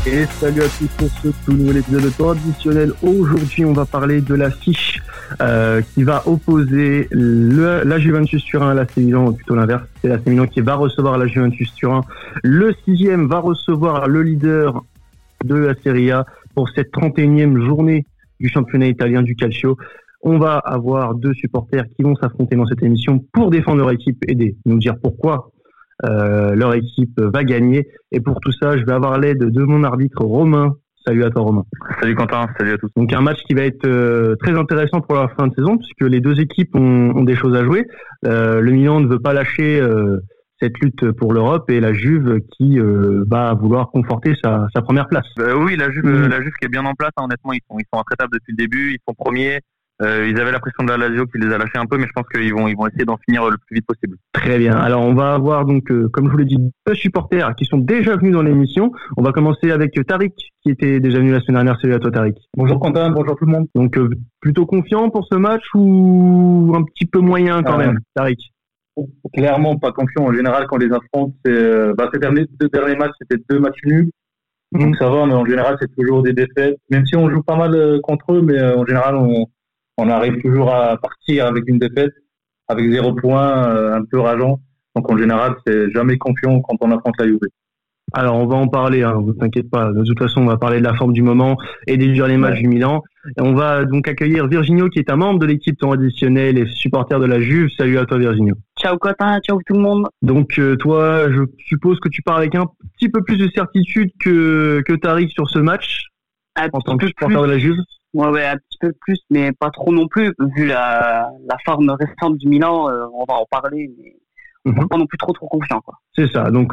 Et salut à tous pour ce tout nouvel épisode de temps additionnel. Aujourd'hui, on va parler de l'affiche qui va opposer la Juventus Turin à l'AC Milan, ou plutôt l'inverse. C'est l'AC Milan qui va recevoir la Juventus Turin. Le 6e va recevoir le leader de la Serie A pour cette 31e journée du championnat italien du Calcio. On va avoir deux supporters qui vont s'affronter dans cette émission pour défendre leur équipe et nous dire pourquoi leur équipe va gagner. Et pour tout ça, je vais avoir l'aide de mon arbitre Romain. Salut à toi Romain. Salut Quentin, salut à tous. Donc un match qui va être très intéressant pour la fin de saison puisque les deux équipes ont des choses à jouer. Le Milan ne veut pas lâcher cette lutte pour l'Europe et la Juve qui va vouloir conforter sa première place. Oui, la Juve qui est bien en place, hein, honnêtement, ils sont intraitables depuis le début, ils sont premiers. Ils avaient la pression de la Lazio qui les a lâchés un peu, mais je pense qu'ils vont essayer d'en finir le plus vite possible. Très bien. Alors on va avoir donc, comme je vous l'ai dit, deux supporters qui sont déjà venus dans l'émission. On va commencer avec Tariq qui était déjà venu la semaine dernière. Salut à toi Tariq. Bonjour Quentin, bonjour tout le monde. Donc plutôt confiant pour ce match ou un petit peu moyen quand même, Tariq? Clairement pas confiant. En général, quand on les affronte, ces deux derniers matchs, c'était deux matchs nuls. Donc ça va, mais en général, c'est toujours des défaites. Même si on joue pas mal contre eux, mais en général, on arrive toujours à partir avec une défaite, avec 0 points, un peu rageant. Donc en général, c'est jamais confiant quand on affronte la Juve. Alors on va en parler, hein, vous t'inquiète pas. De toute façon, on va parler de la forme du moment et des derniers matchs du Milan. Et on va donc accueillir Virginio qui est un membre de l'équipe temps additionnel et supporter de la Juve. Salut à toi Virginio. Ciao Quentin, ciao tout le monde. Donc toi, je suppose que tu pars avec un petit peu plus de certitude que Tariq sur ce match en tant que supporter de la Juve. Ouais, un petit peu plus, mais pas trop non plus. Vu la forme récente du Milan, on va en parler, mais on n'est pas non plus trop confiant, quoi. C'est ça. Donc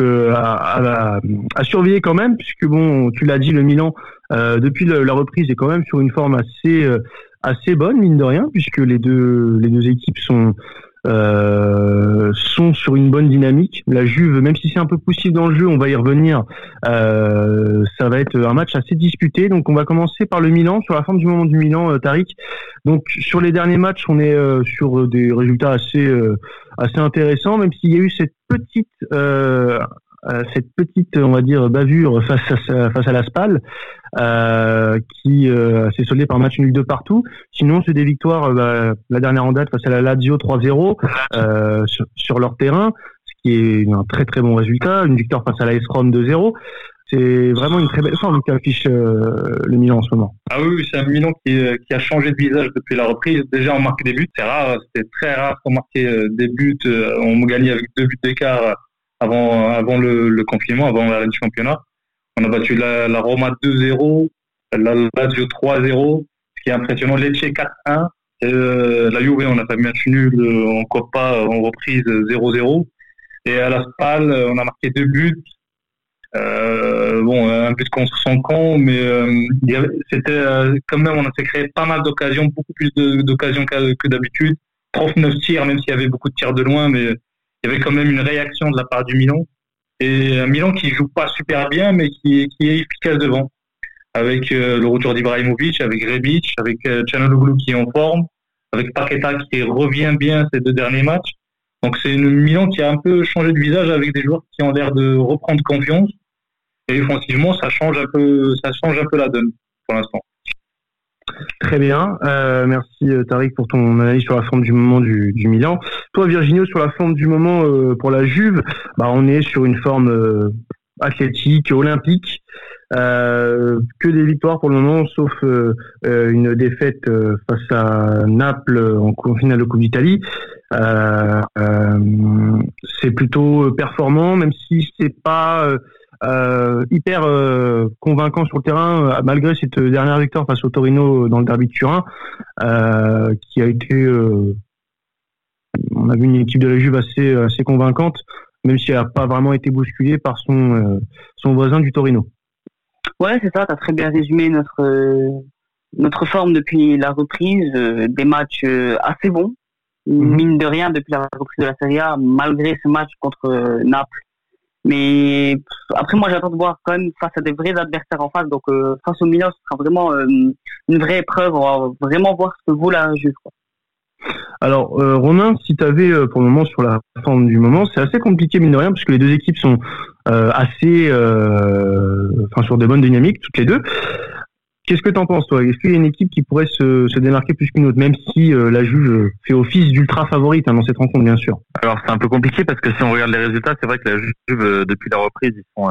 à surveiller quand même, puisque bon, tu l'as dit, le Milan depuis la reprise est quand même sur une forme assez bonne, mine de rien, puisque les deux équipes sont sur une bonne dynamique. La Juve, même si c'est un peu poussif dans le jeu, on va y revenir, ça va être un match assez disputé. Donc on va commencer par le Milan, sur la forme du moment du Milan, Tariq. Donc sur les derniers matchs, on est sur des résultats assez intéressants, même s'il y a eu cette petite on va dire bavure face à la Spal qui s'est soldée par un match nul de partout. Sinon c'est des victoires, la dernière en date face à la Lazio 3-0 sur leur terrain, ce qui est un très très bon résultat. Une victoire face à la AS Rome 2-0. C'est vraiment une très belle forme qu'affiche le Milan en ce moment. Ah oui, c'est un Milan qui a changé de visage depuis la reprise. Déjà on marque des buts, c'est rare, c'était très rare qu'on marquait des buts. On gagnait avec 2 buts d'écart avant le confinement, avant l'arrêt du championnat. On a battu la Roma 2-0, la Lazio 3-0, ce qui est impressionnant. Lecce 4-1. La Juve, on a fait match nul en Coppa en reprise 0-0. Et à la Spal, on a marqué 2 buts. Un but contre son camp, mais c'était quand même, on a fait créer pas mal d'occasions, beaucoup plus d'occasions que d'habitude. 39 tirs, même s'il y avait beaucoup de tirs de loin, mais il y avait quand même une réaction de la part du Milan. Et un Milan qui joue pas super bien, mais qui est efficace devant. Avec le retour d'Ibrahimovic, avec Rebic, avec Çalhanoğlu qui est en forme, avec Paqueta qui revient bien ces 2 derniers matchs. Donc c'est une Milan qui a un peu changé de visage avec des joueurs qui ont l'air de reprendre confiance. Et offensivement, ça change un peu la donne pour l'instant. Très bien, merci Tariq pour ton analyse sur la forme du moment du Milan. Toi Virginio, sur la forme du moment pour la Juve, on est sur une forme athlétique, olympique, que des victoires pour le moment, sauf une défaite face à Naples en finale de Coupe d'Italie. C'est plutôt performant, même si c'est pas hyper convaincant sur le terrain, malgré cette dernière victoire face au Torino dans le derby de Turin, qui a été on a vu une équipe de la Juve assez convaincante, même si elle n'a pas vraiment été bousculée par son voisin du Torino. Ouais, c'est ça, tu as très bien résumé notre forme depuis la reprise, des matchs assez bons, mine de rien depuis la reprise de la Serie A, malgré ce match contre Naples. Mais après, moi, j'attends de voir quand même face à des vrais adversaires en face. Donc, face au Milan, ce sera vraiment une vraie épreuve. On va vraiment voir ce que vaut la Juve, quoi. Alors, Romain, si tu avais pour le moment sur la forme du moment, c'est assez compliqué mine de rien parce que les deux équipes sont assez, sur des bonnes dynamiques toutes les deux. Qu'est-ce que t'en penses, toi? Est-ce qu'il y a une équipe qui pourrait se démarquer plus qu'une autre, même si la Juve fait office d'ultra favorite dans cette rencontre, bien sûr? Alors c'est un peu compliqué parce que si on regarde les résultats, c'est vrai que la Juve, depuis la reprise, ils sont,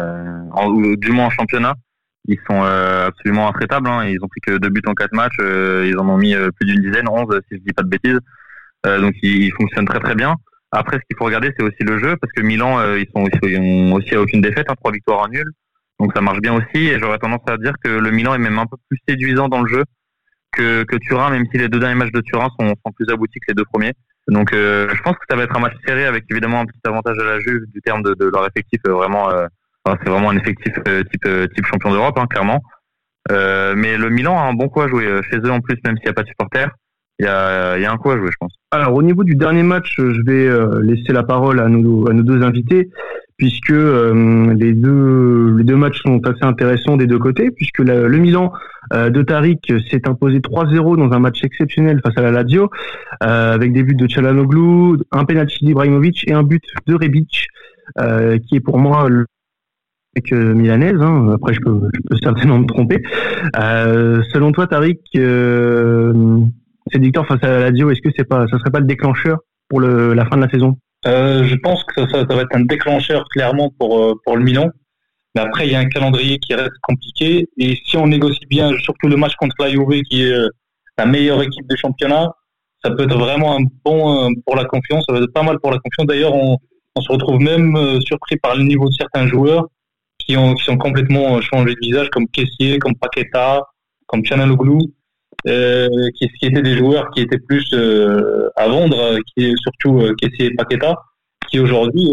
du moins en championnat, ils sont absolument intraitables. Hein. Ils ont pris que 2 buts en 4 matchs, ils en ont mis plus d'une dizaine, 11 si je dis pas de bêtises. Donc ils fonctionnent très très bien. Après, ce qu'il faut regarder, c'est aussi le jeu, parce que Milan, ils ont aussi à aucune défaite, 3 victoires à nul. Donc ça marche bien aussi, et j'aurais tendance à dire que le Milan est même un peu plus séduisant dans le jeu que Turin, même si les 2 derniers matchs de Turin sont plus aboutis que les 2 premiers. Donc je pense que ça va être un match serré avec évidemment un petit avantage à la Juve du terme de leur effectif. C'est vraiment un effectif type champion d'Europe, hein, clairement. Mais le Milan a un bon coup à jouer chez eux en plus, même s'il n'y a pas de supporters. Il y a un coup à jouer, je pense. Alors au niveau du dernier match, je vais laisser la parole à nos 2 invités, puisque les deux matchs sont assez intéressants des 2 côtés, puisque le Milan de Tariq s'est imposé 3-0 dans un match exceptionnel face à la Lazio, avec des buts de Çalhanoğlu, un penalty d'Ibrahimovic et un but de Rebic, qui est pour moi le milanaise, hein. Après je peux certainement me tromper. Selon toi, Tariq, cette victoire face à la Lazio, est-ce que ça serait pas le déclencheur pour la fin de la saison? Je pense que ça va être un déclencheur clairement pour le Milan. Mais après, il y a un calendrier qui reste compliqué. Et si on négocie bien, surtout le match contre la Juve, qui est la meilleure équipe du championnat, ça peut être vraiment un bon pour la confiance. Ça va être pas mal pour la confiance. D'ailleurs, on se retrouve même surpris par le niveau de certains joueurs qui sont complètement changé de visage, comme Kessié, comme Paqueta, comme Çalhanoğlu. Qui étaient des joueurs qui étaient plus à vendre, surtout Kessié et Paqueta, qui aujourd'hui,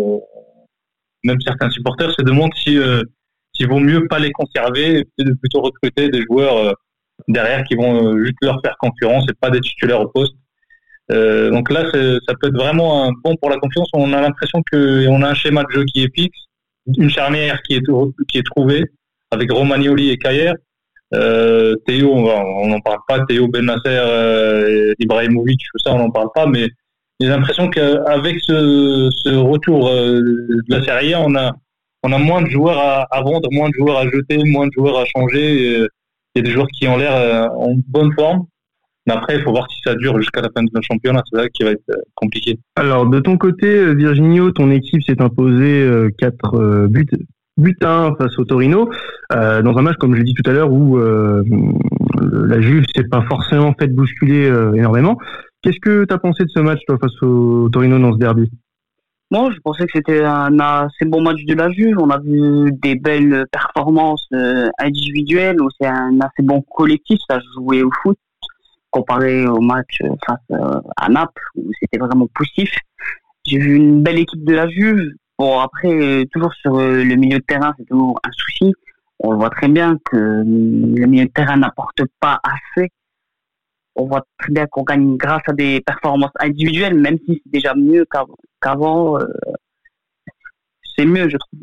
même certains supporters se demandent s'il vaut mieux pas les conserver et plutôt recruter des joueurs derrière qui vont juste leur faire concurrence et pas des titulaires au poste. Donc là, ça peut être vraiment un bon pour la confiance. On a l'impression qu'on a un schéma de jeu qui est fixe, une charnière qui est trouvée avec Romagnoli et Cailler. Théo, on n'en parle pas. Théo, Ben Nasser, Ibrahimovic, tout ça, on n'en parle pas. Mais j'ai l'impression qu'avec ce retour de la Serie A, on a moins de joueurs à vendre, moins de joueurs à jeter, moins de joueurs à changer. Il y a des joueurs qui ont l'air en bonne forme. Mais après, il faut voir si ça dure jusqu'à la fin de notre championnat. C'est là qui va être compliqué. Alors, de ton côté, Virginio, ton équipe s'est imposée 4 buts à 1 face au Torino, dans un match, comme je l'ai dit tout à l'heure, où la Juve s'est pas forcément fait bousculer énormément. Qu'est-ce que tu as pensé de ce match, toi, face au Torino dans ce derby? Moi, je pensais que c'était un assez bon match de la Juve. On a vu des belles performances individuelles, où c'est un assez bon collectif. Ça jouait au foot, comparé au match face à Naples, où c'était vraiment poussif. J'ai vu une belle équipe de la Juve. Bon, après, toujours sur le milieu de terrain, c'est toujours un souci. On voit très bien que le milieu de terrain n'apporte pas assez. On voit très bien qu'on gagne grâce à des performances individuelles, même si c'est déjà mieux qu'avant. C'est mieux, je trouve.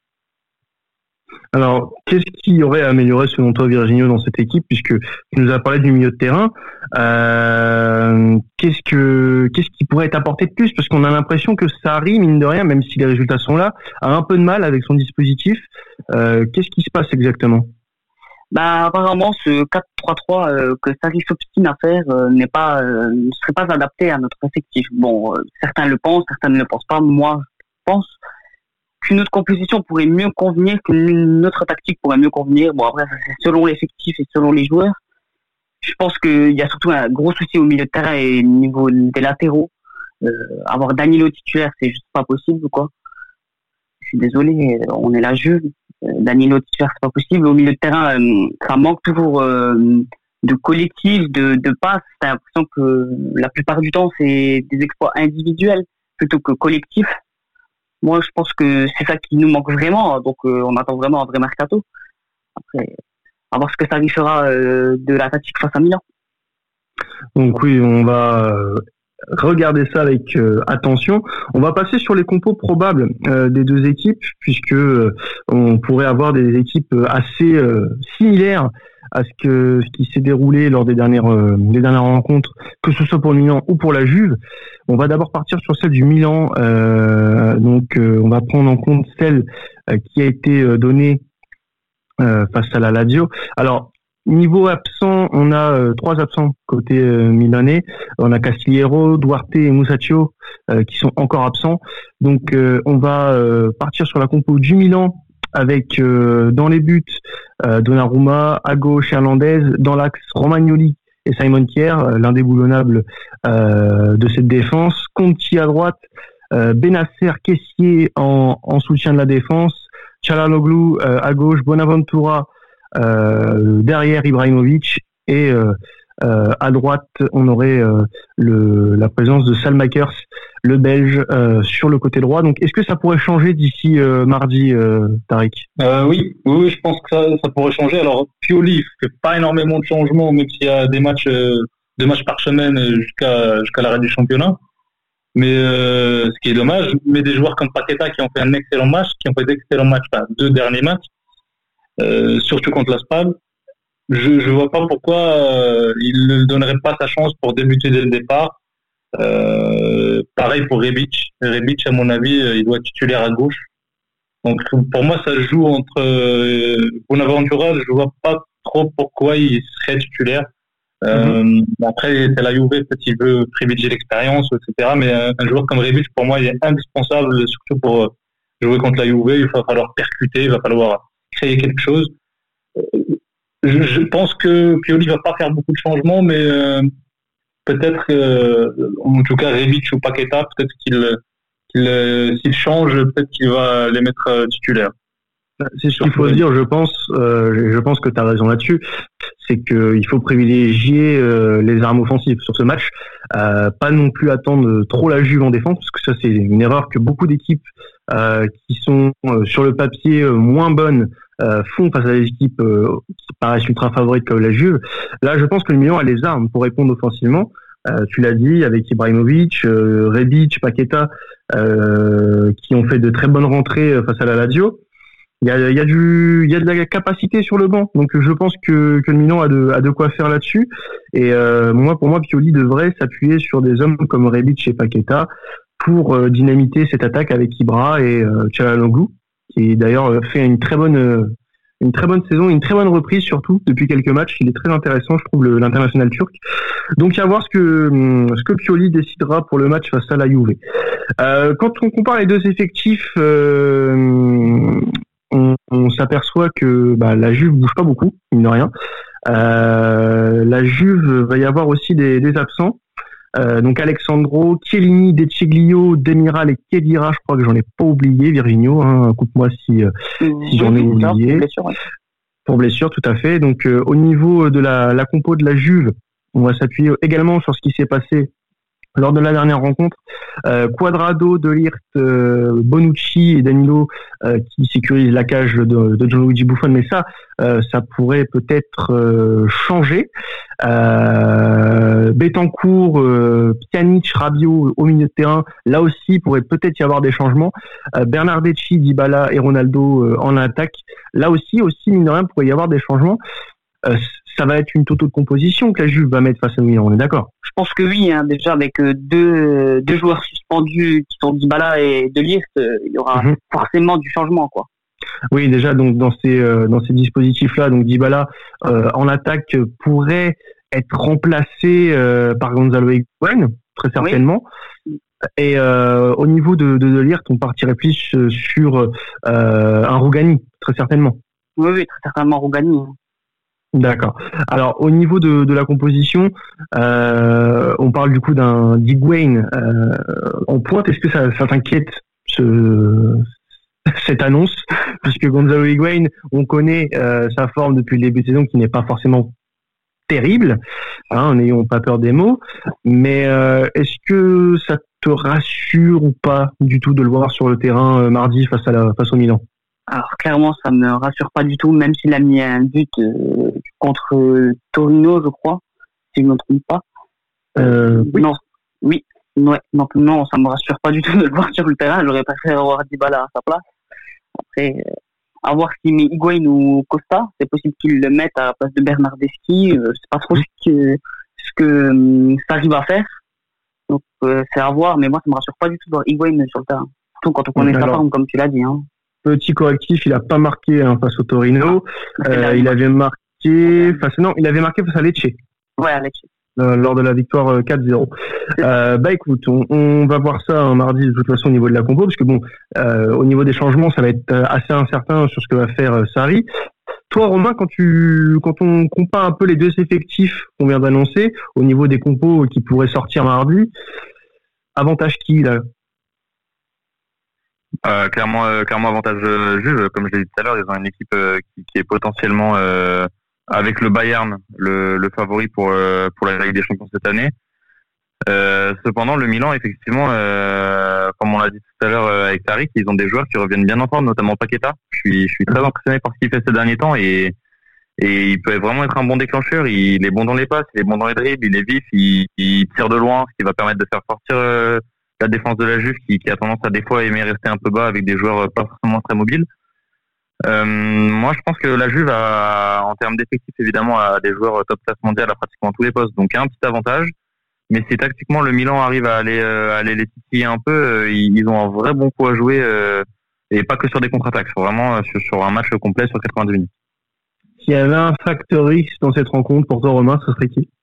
Alors, qu'est-ce qui aurait amélioré selon toi, Virginio, dans cette équipe, puisque tu nous as parlé du milieu de terrain? Qu'est-ce qui pourrait être apporté de plus? Parce qu'on a l'impression que Sarri, mine de rien, même si les résultats sont là, a un peu de mal avec son dispositif. Qu'est-ce qui se passe exactement? Apparemment, ce 4-3-3 que Sarri s'obstine à faire ne serait pas adapté à notre effectif. Bon, certains le pensent, certains ne le pensent pas. Moi, je pense qu'une autre composition pourrait mieux convenir, qu'une autre tactique pourrait mieux convenir. Bon, après, c'est selon l'effectif et selon les joueurs. Je pense qu'il y a surtout un gros souci au milieu de terrain et au niveau des latéraux. Avoir Danilo titulaire, c'est juste pas possible, quoi. Je suis désolé, on est la Juve. Danilo titulaire, c'est pas possible. Au milieu de terrain, ça manque toujours de collectif, de passes. T'as l'impression que la plupart du temps, c'est des exploits individuels plutôt que collectifs. Moi, je pense que c'est ça qui nous manque vraiment. Donc, on attend vraiment un vrai mercato. Après, à voir ce que ça lui fera de la tactique face à Milan. Donc oui, on va regarder ça avec attention. On va passer sur les compos probables des 2 équipes, puisque on pourrait avoir des équipes assez similaires à ce qui s'est déroulé lors des dernières rencontres, que ce soit pour le Milan ou pour la Juve. On va d'abord partir sur celle du Milan. On va prendre en compte celle qui a été donnée face à la Lazio. Alors, niveau absent, on a 3 absents côté milanais. On a Castillero, Duarte et Musacchio qui sont encore absents. Donc, on va partir sur la compo du Milan avec dans les buts Donnarumma, à gauche Hernandez, dans l'axe Romagnoli et Simon Kjær, l'indéboulonnable de cette défense. Conti à droite, Bennacer, Kessié en soutien de la défense, Çalhanoğlu à gauche, Bonaventura derrière Ibrahimovic et à droite on aurait la présence de Salmakers, le Belge, sur le côté droit. Donc est-ce que ça pourrait changer d'ici mardi, Tariq? Oui, je pense que ça pourrait changer. Alors Pioli fait pas énormément de changements, même s'il y a deux matchs par semaine jusqu'à l'arrêt du championnat. Mais ce qui est dommage, mais des joueurs comme Paqueta qui ont fait un excellent match, deux derniers matchs, surtout contre la Spal, je vois pas pourquoi il ne donnerait pas sa chance pour débuter dès le départ. Pareil pour Rebic. Rebic, à mon avis, il doit être titulaire à gauche. Donc pour moi, ça joue entre Bonaventura. Je vois pas trop pourquoi il serait titulaire. Après, c'est la Juve, peut-être qu'il veut privilégier l'expérience, etc. Mais un joueur comme Rebic, pour moi, il est indispensable, surtout pour jouer contre la Juve. Il va falloir percuter, il va falloir créer quelque chose. Je pense que Pioli va pas faire beaucoup de changements, mais peut-être, en tout cas, Rebic ou Paqueta, peut-être s'il change, peut-être qu'il va les mettre titulaires. C'est ce qu'il faut se dire, je pense que tu as raison là-dessus, c'est qu'il faut privilégier les armes offensives sur ce match, pas non plus attendre trop la Juve en défense, parce que ça c'est une erreur que beaucoup d'équipes qui sont sur le papier moins bonnes font face à des équipes qui paraissent ultra favorites comme la Juve. Là, je pense que le Milan a les armes pour répondre offensivement. Tu l'as dit, avec Ibrahimovic, Rebic, Paqueta, qui ont fait de très bonnes rentrées face à la Lazio. Il y a de la capacité sur le banc, donc je pense que le Milan a de quoi faire là-dessus. Et pour moi, Pioli devrait s'appuyer sur des hommes comme Rebic et Paqueta pour dynamiter cette attaque avec Ibra et Çalhanoğlu, qui d'ailleurs fait une très bonne saison, une très bonne reprise surtout depuis quelques matchs. Il est très intéressant, je trouve, l'international turc. Donc à voir ce que Pioli décidera pour le match face à la Juve. Quand on compare les deux effectifs, on s'aperçoit que la Juve bouge pas beaucoup, mine de rien. La Juve va y avoir aussi des absents. Donc Alexandro, Chiellini, De Sciglio, Demiral et Khedira, je crois que j'en ai pas oublié. Virginio, coupe-moi si j'en ai oublié. Pour blessure, tout à fait. Donc au niveau de la compo de la Juve, on va s'appuyer également sur ce qui s'est passé lors de la dernière rencontre. Cuadrado, De Ligt, Bonucci et Danilo qui sécurisent la cage de Gianluigi Buffon, mais ça pourrait peut-être changer. Betancourt, Pjanic, Rabiot au milieu de terrain, là aussi pourrait peut-être y avoir des changements. Bernardeschi, Dybala et Ronaldo en attaque, là aussi mine de rien pourrait y avoir des changements. Ça va être une toto de composition que la Juve va mettre face à Milan, on est d'accord? Je pense que oui, déjà avec deux joueurs suspendus qui sont Dybala et De Ligt, il y aura forcément du changement, quoi. Oui, déjà donc dans ces dispositifs-là, donc Dybala en attaque pourrait être remplacé par Gonzalo Higuaín, très certainement. Oui. Et au niveau de Ligt, on partirait plus sur un Rougani, très certainement. Oui, très certainement Rougani. D'accord. Alors au niveau de la composition, on parle du coup d'un Higuaín en pointe. Est-ce que ça t'inquiète cette annonce, puisque Gonzalo Higuaín, on connaît sa forme depuis le début de saison qui n'est pas forcément terrible, n'ayons pas peur des mots, mais est-ce que ça te rassure ou pas du tout de le voir sur le terrain mardi face au Milan? Alors clairement, ça me rassure pas du tout, même s'il a mis un but contre Torino, je crois, si je ne me trompe pas. Oui. Non, oui. Ouais, donc non, ça me rassure pas du tout de le voir sur le terrain. J'aurais préféré avoir Dybala à sa place. À voir s'il met Higuain ou Costa. C'est possible qu'il le mette à la place de Bernardeschi. Je sais pas trop ce que Sarri va faire. Donc c'est à voir, mais moi ça me rassure pas du tout de voir Higuain sur le terrain. Surtout quand on connaît sa forme, comme tu l'as dit. Hein. Petit correctif, il a pas marqué face au Torino. Il avait marqué il avait marqué face à Lecce. Ouais, à Lecce. Lors de la victoire 4-0. Écoute, on va voir ça un mardi de toute façon au niveau de la compo, parce que au niveau des changements, ça va être assez incertain sur ce que va faire Sarri. Toi, Romain, quand on compare un peu les deux effectifs qu'on vient d'annoncer, au niveau des compos qui pourraient sortir mardi, avantage qui là? Clairement avantage Juve, comme je l'ai dit tout à l'heure, ils ont une équipe qui est potentiellement avec le Bayern le favori pour la Ligue des Champions cette année. Cependant, le Milan, effectivement, comme on l'a dit tout à l'heure avec Tariq, ils ont des joueurs qui reviennent bien en forme, notamment Paqueta. Je suis très impressionné par ce qu'il fait ces derniers temps et il peut vraiment être un bon déclencheur. Il est bon dans les passes, il est bon dans les dribbles, il est vif, il tire de loin, ce qui va permettre de faire sortir la défense de la Juve qui a tendance à des fois aimer rester un peu bas avec des joueurs pas forcément très mobiles. Moi, je pense que la Juve en termes d'effectifs, évidemment, a des joueurs top classe mondiale à pratiquement tous les postes, donc il y a un petit avantage. Mais si tactiquement le Milan arrive à aller les titiller un peu, ils ont un vrai bon coup à jouer et pas que sur des contre-attaques, vraiment sur un match complet sur 90 minutes. S'il y avait un facteur X dans cette rencontre pour toi, Romain, ce serait qui?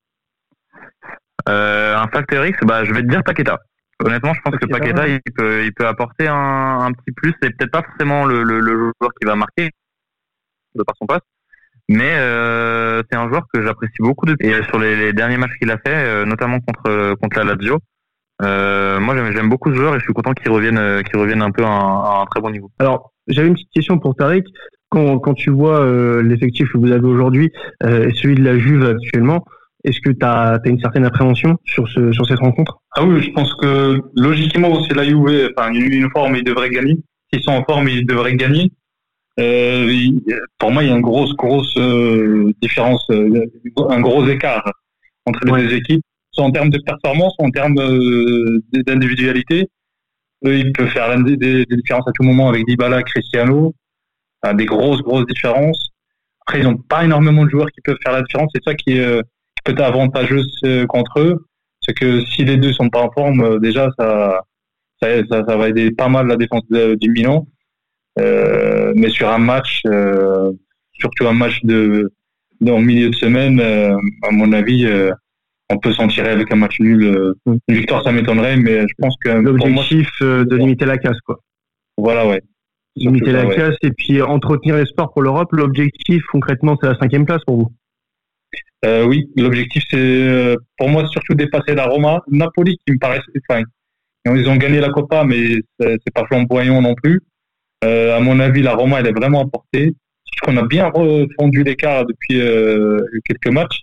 Un facteur X, je vais te dire Paqueta. Honnêtement, je pense que Paqueta, il peut apporter un petit plus. C'est peut-être pas forcément le joueur qui va marquer de par son poste, mais c'est un joueur que j'apprécie beaucoup et sur les derniers matchs qu'il a fait, notamment contre la Lazio. Moi, j'aime beaucoup ce joueur et je suis content qu'il revienne un peu à un très bon niveau. Alors, j'avais une petite question pour Tariq. Quand tu vois l'effectif que vous avez aujourd'hui et celui de la Juve actuellement, est-ce que tu as une certaine appréhension sur cette rencontre? Ah oui, je pense que logiquement, c'est la Juve, une forme, ils devraient gagner. S'ils sont en forme, ils devraient gagner. Pour moi, il y a une grosse différence, un gros écart entre les deux équipes, soit en termes de performance, soit en termes d'individualité. Eux, ils peuvent faire des différences à tout moment avec Dybala, Cristiano, des grosses différences. Après, ils n'ont pas énormément de joueurs qui peuvent faire la différence. C'est ça qui peut être avantageux contre eux. C'est que si les deux sont pas en forme, déjà, ça va aider pas mal la défense du Milan. Mais sur un match, surtout un match en milieu de semaine, à mon avis, on peut s'en tirer avec un match nul. Une victoire, ça m'étonnerait, mais je pense que l'objectif de limiter la casse, quoi. Voilà, ouais. Limiter la casse et puis entretenir l'espoir pour l'Europe. L'objectif, concrètement, c'est la 5e place pour vous. Oui, l'objectif, c'est pour moi surtout dépasser la Roma, Napoli, qui me paraît. Ils ont gagné la Coppa, mais c'est pas flamboyant non plus. À mon avis, la Roma, elle est vraiment à portée. Je trouve qu'on a bien refondu l'écart depuis quelques matchs.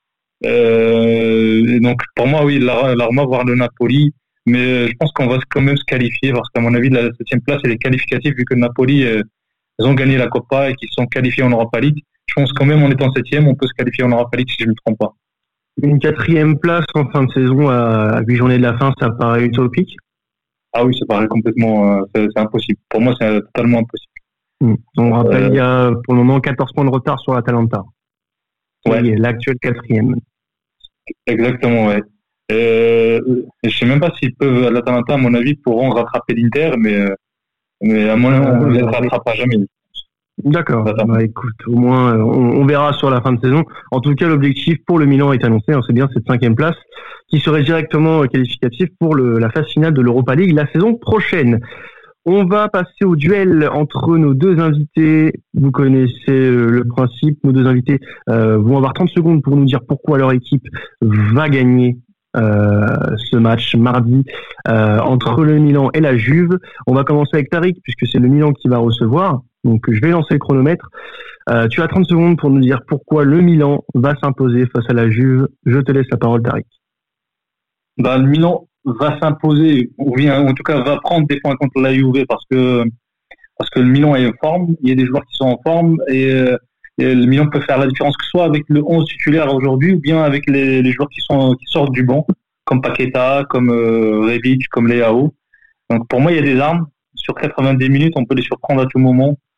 Et donc, pour moi, oui, la Roma, voire le Napoli. Mais je pense qu'on va quand même se qualifier, parce qu'à mon avis, la 7e place, elle est qualificative, vu que Napoli, ils ont gagné la Coppa et qu'ils sont qualifiés en Europa League. Je pense quand même, en étant 7e, on peut se qualifier en Europa League, si je ne me trompe pas. Une 4e place en fin de saison à 8 journées de la fin, ça paraît utopique? Ah oui, ça paraît complètement... c'est impossible. Pour moi, c'est totalement impossible. On rappelle, il y a pour le moment 14 points de retard sur l'Atalanta. Ouais. L'actuel 4e. Exactement, ouais. Je sais même pas s'ils peuvent, à l'Atalanta, à mon avis, pourront rattraper l'Inter, mais à mon avis, on ne les rattrapera jamais. D'accord. Écoute, au moins, on verra sur la fin de saison. En tout cas, l'objectif pour le Milan est annoncé. C'est bien cette 5e place qui serait directement qualificative pour la phase finale de l'Europa League la saison prochaine. On va passer au duel entre nos deux invités. Vous connaissez le principe. Nos deux invités vont avoir 30 secondes pour nous dire pourquoi leur équipe va gagner ce match mardi entre le Milan et la Juve. On va commencer avec Tariq puisque c'est le Milan qui va recevoir. Donc je vais lancer le chronomètre. Tu as 30 secondes pour nous dire pourquoi le Milan va s'imposer face à la Juve. Je te laisse la parole, Tariq. Le Milan va s'imposer, ou bien en tout cas va prendre des points contre la Juve parce que le Milan est en forme. Il y a des joueurs qui sont en forme et le Milan peut faire la différence, que ce soit avec le 11 titulaire aujourd'hui ou bien avec les joueurs qui sortent du banc, comme Paqueta, comme Rebic, comme Leao. Donc pour moi, il y a des armes. Sur 90 minutes, on peut les surprendre à tout moment.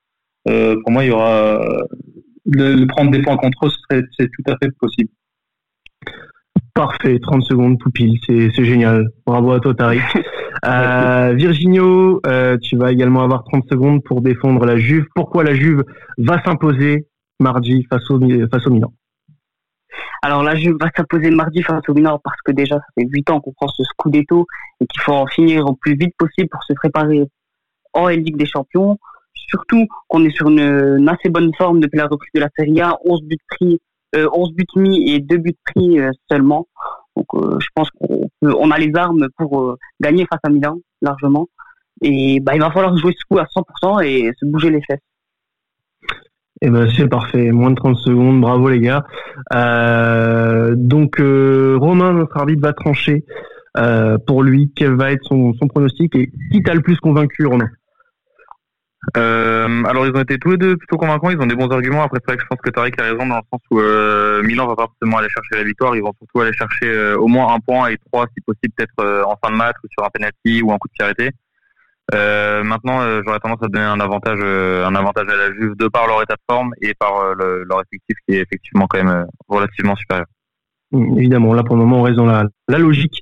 pour moi, il y aura le prendre des points contre eux, c'est tout à fait possible. Parfait, 30 secondes tout pile, c'est génial. Bravo à toi, Tariq. Virginio, tu vas également avoir 30 secondes pour défendre la Juve. Pourquoi la Juve va s'imposer mardi face au Milan? Alors la Juve va s'imposer mardi face au Milan parce que déjà ça fait 8 ans qu'on prend ce Scudetto et qu'il faut en finir au plus vite possible pour se préparer en Ligue des Champions. Surtout qu'on est sur une assez bonne forme depuis la reprise de la Serie A, 11 buts mis et 2 buts pris seulement. Donc je pense qu'on a les armes pour gagner face à Milan largement. Et il va falloir jouer ce coup à 100% et se bouger les fesses. Eh ben c'est parfait, moins de 30 secondes, bravo les gars. Donc Romain, notre arbitre, va trancher pour lui quel va être son pronostic et qui t'a le plus convaincu, Romain? Alors ils ont été tous les deux plutôt convaincants, ils ont des bons arguments. Après c'est vrai que je pense que Tariq a raison dans le sens où Milan va pas forcément aller chercher la victoire, ils vont surtout aller chercher au moins un point et 3 si possible peut-être en fin de match ou sur un penalty ou un coup de pied arrêté. Maintenant j'aurais tendance à donner un avantage à la Juve de par leur état de forme et par leur effectif qui est effectivement quand même relativement supérieur. Évidemment, là pour le moment on reste dans la logique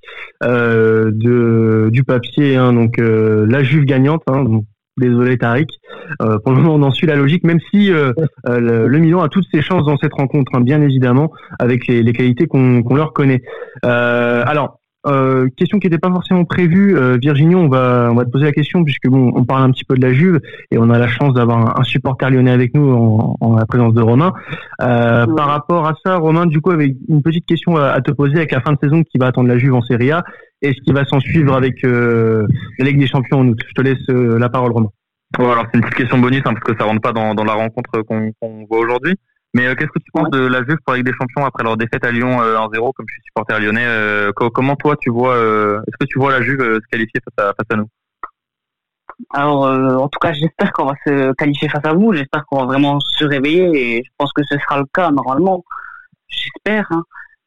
du papier, hein, donc la Juve gagnante, hein, donc, désolé Tariq, pour le moment on en suit la logique, même si le Milan a toutes ses chances dans cette rencontre, hein, bien évidemment, avec les qualités qu'on leur connaît. Alors, question qui n'était pas forcément prévue, Virginie, on va te poser la question puisque bon, on parle un petit peu de la Juve et on a la chance d'avoir un supporter lyonnais avec nous en la présence de Romain. Par rapport à ça, Romain, du coup, avec une petite question à te poser avec la fin de saison qui va attendre la Juve en Serie A et ce qui va s'en suivre avec la Ligue des Champions en août. Je te laisse la parole, Romain. Ouais, alors c'est une petite question bonus parce que ça rentre pas dans la rencontre qu'on voit aujourd'hui. Mais qu'est-ce que tu penses de la Juve pour la Ligue des Champions après leur défaite à Lyon 1-0, comme je suis supporter lyonnais? Comment toi tu vois, est-ce que tu vois la Juve se qualifier face à nous? Alors en tout cas j'espère qu'on va se qualifier face à vous, j'espère qu'on va vraiment se réveiller et je pense que ce sera le cas normalement, j'espère, hein.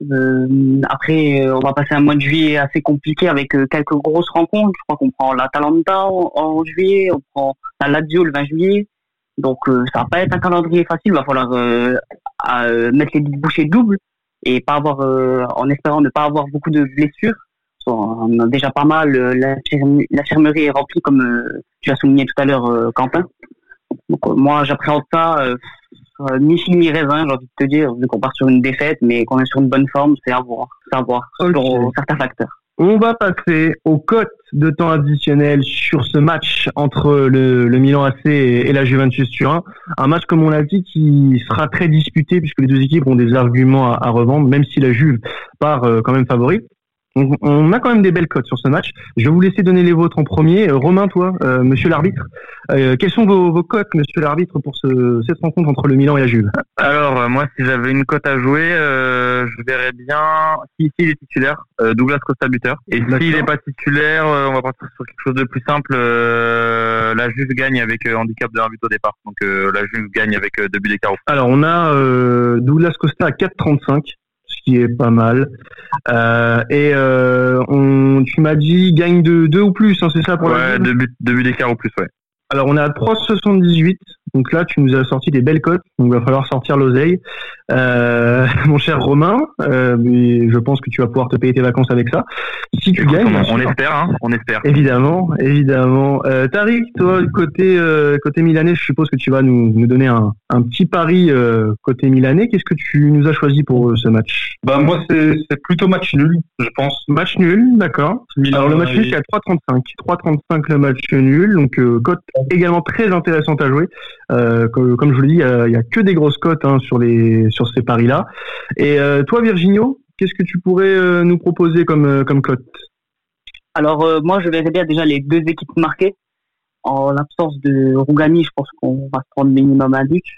Après on va passer un mois de juillet assez compliqué avec quelques grosses rencontres. Je crois qu'on prend l'Atalanta en juillet, on prend la Lazio le 20 juillet. Donc ça va pas être un calendrier facile, il va falloir mettre les bouchées doubles et pas avoir en espérant ne pas avoir beaucoup de blessures. On a déjà pas mal, l'infirmerie est remplie comme tu as souligné tout à l'heure, Quentin. Donc moi j'appréhende ça ni fil ni raisin, j'ai envie de te dire, vu qu'on part sur une défaite mais qu'on est sur une bonne forme, c'est à voir sur certains facteurs. On va passer aux cotes de temps additionnel sur ce match entre le Milan AC et la Juventus Turin. Un match, comme on l'a dit, qui sera très disputé puisque les deux équipes ont des arguments à revendre, même si la Juve part quand même favorite. Donc, on a quand même des belles cotes sur ce match. Je vais vous laisser donner les vôtres en premier. Romain, toi, monsieur l'arbitre, quelles sont vos cotes, monsieur l'arbitre, pour cette rencontre entre le Milan et la Juve? Alors, moi, si j'avais une cote à jouer, je verrais bien, s'il est titulaire, Douglas Costa buteur. Et s'il n'est pas titulaire, on va partir sur quelque chose de plus simple. La Juve gagne avec handicap de 1 but au départ. Donc, la Juve gagne avec 2 buts d'écart. Alors, on a Douglas Costa à 4,35. Ce qui est pas mal. Tu m'as dit gagne de 2 ou plus, hein, c'est ça pour la Juve? Ouais, 2 buts d'écart ou plus, ouais. Alors on est à 3,78. Donc là, tu nous as sorti des belles cotes. Donc il va falloir sortir l'oseille. Mon cher Romain, mais je pense que tu vas pouvoir te payer tes vacances avec ça. Si tu gagnes, on espère, hein, on espère. Évidemment. Tariq, toi, côté milanais, je suppose que tu vas nous donner un petit pari côté milanais. Qu'est-ce que tu nous as choisi pour ce match? Moi, c'est plutôt match nul, je pense. Match nul, d'accord. Alors le match nul, c'est à 3,35. 3,35 le match nul. Donc cote également très intéressante à jouer. Comme je vous l'ai dit, il y a que des grosses cotes, hein, sur ces paris-là. Et toi, Virginio, qu'est-ce que tu pourrais nous proposer comme cote? Alors moi, je verrais bien déjà les deux équipes marquées. En l'absence de Rougani, je pense qu'on va se prendre minimum un but.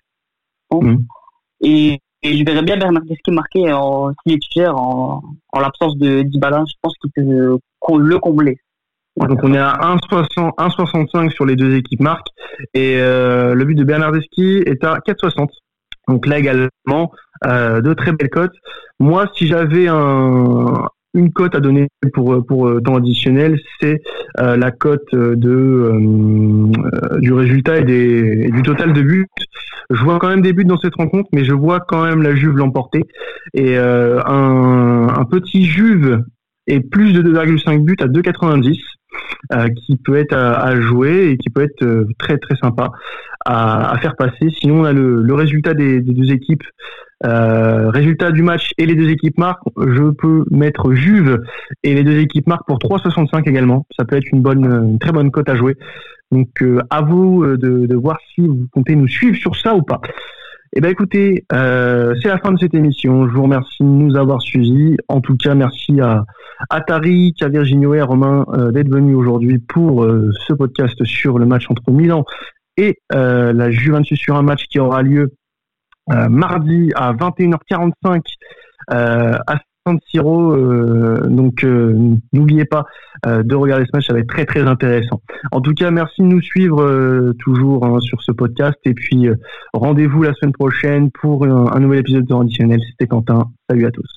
Et je verrais bien Bernardeschi marqué s'il est titulaire en l'absence de Dybala. Je pense qu'il peut le combler. Donc on est à 1,65 sur les deux équipes marques et le but de Bernardeschi est à 4,60. Donc là également de très belles cotes. Moi, si j'avais un une cote à donner pour temps additionnel, c'est la cote du résultat et du total de buts. Je vois quand même des buts dans cette rencontre, mais je vois quand même la Juve l'emporter. Et un petit Juve et plus de 2,5 buts à 2,90 qui peut être à jouer et qui peut être très très sympa à faire passer. Sinon, on a le résultat des deux équipes. Résultat du match et les deux équipes marquent, je peux mettre Juve et les deux équipes marquent pour 3,65 également. Ça peut être une très bonne cote à jouer. Donc à vous de voir si vous comptez nous suivre sur ça ou pas. Eh ben écoutez, c'est la fin de cette émission. Je vous remercie de nous avoir suivis. En tout cas, merci à Tariq, à Virginio et à Romain d'être venus aujourd'hui pour ce podcast sur le match entre Milan et la Juventus, sur un match qui aura lieu mardi à 21h45 à San Siro. Donc n'oubliez pas de regarder ce match, ça va être très très intéressant. En tout cas, merci de nous suivre toujours sur ce podcast, et puis rendez-vous la semaine prochaine pour un nouvel épisode de Temps additionnel. C'était Quentin, salut à tous.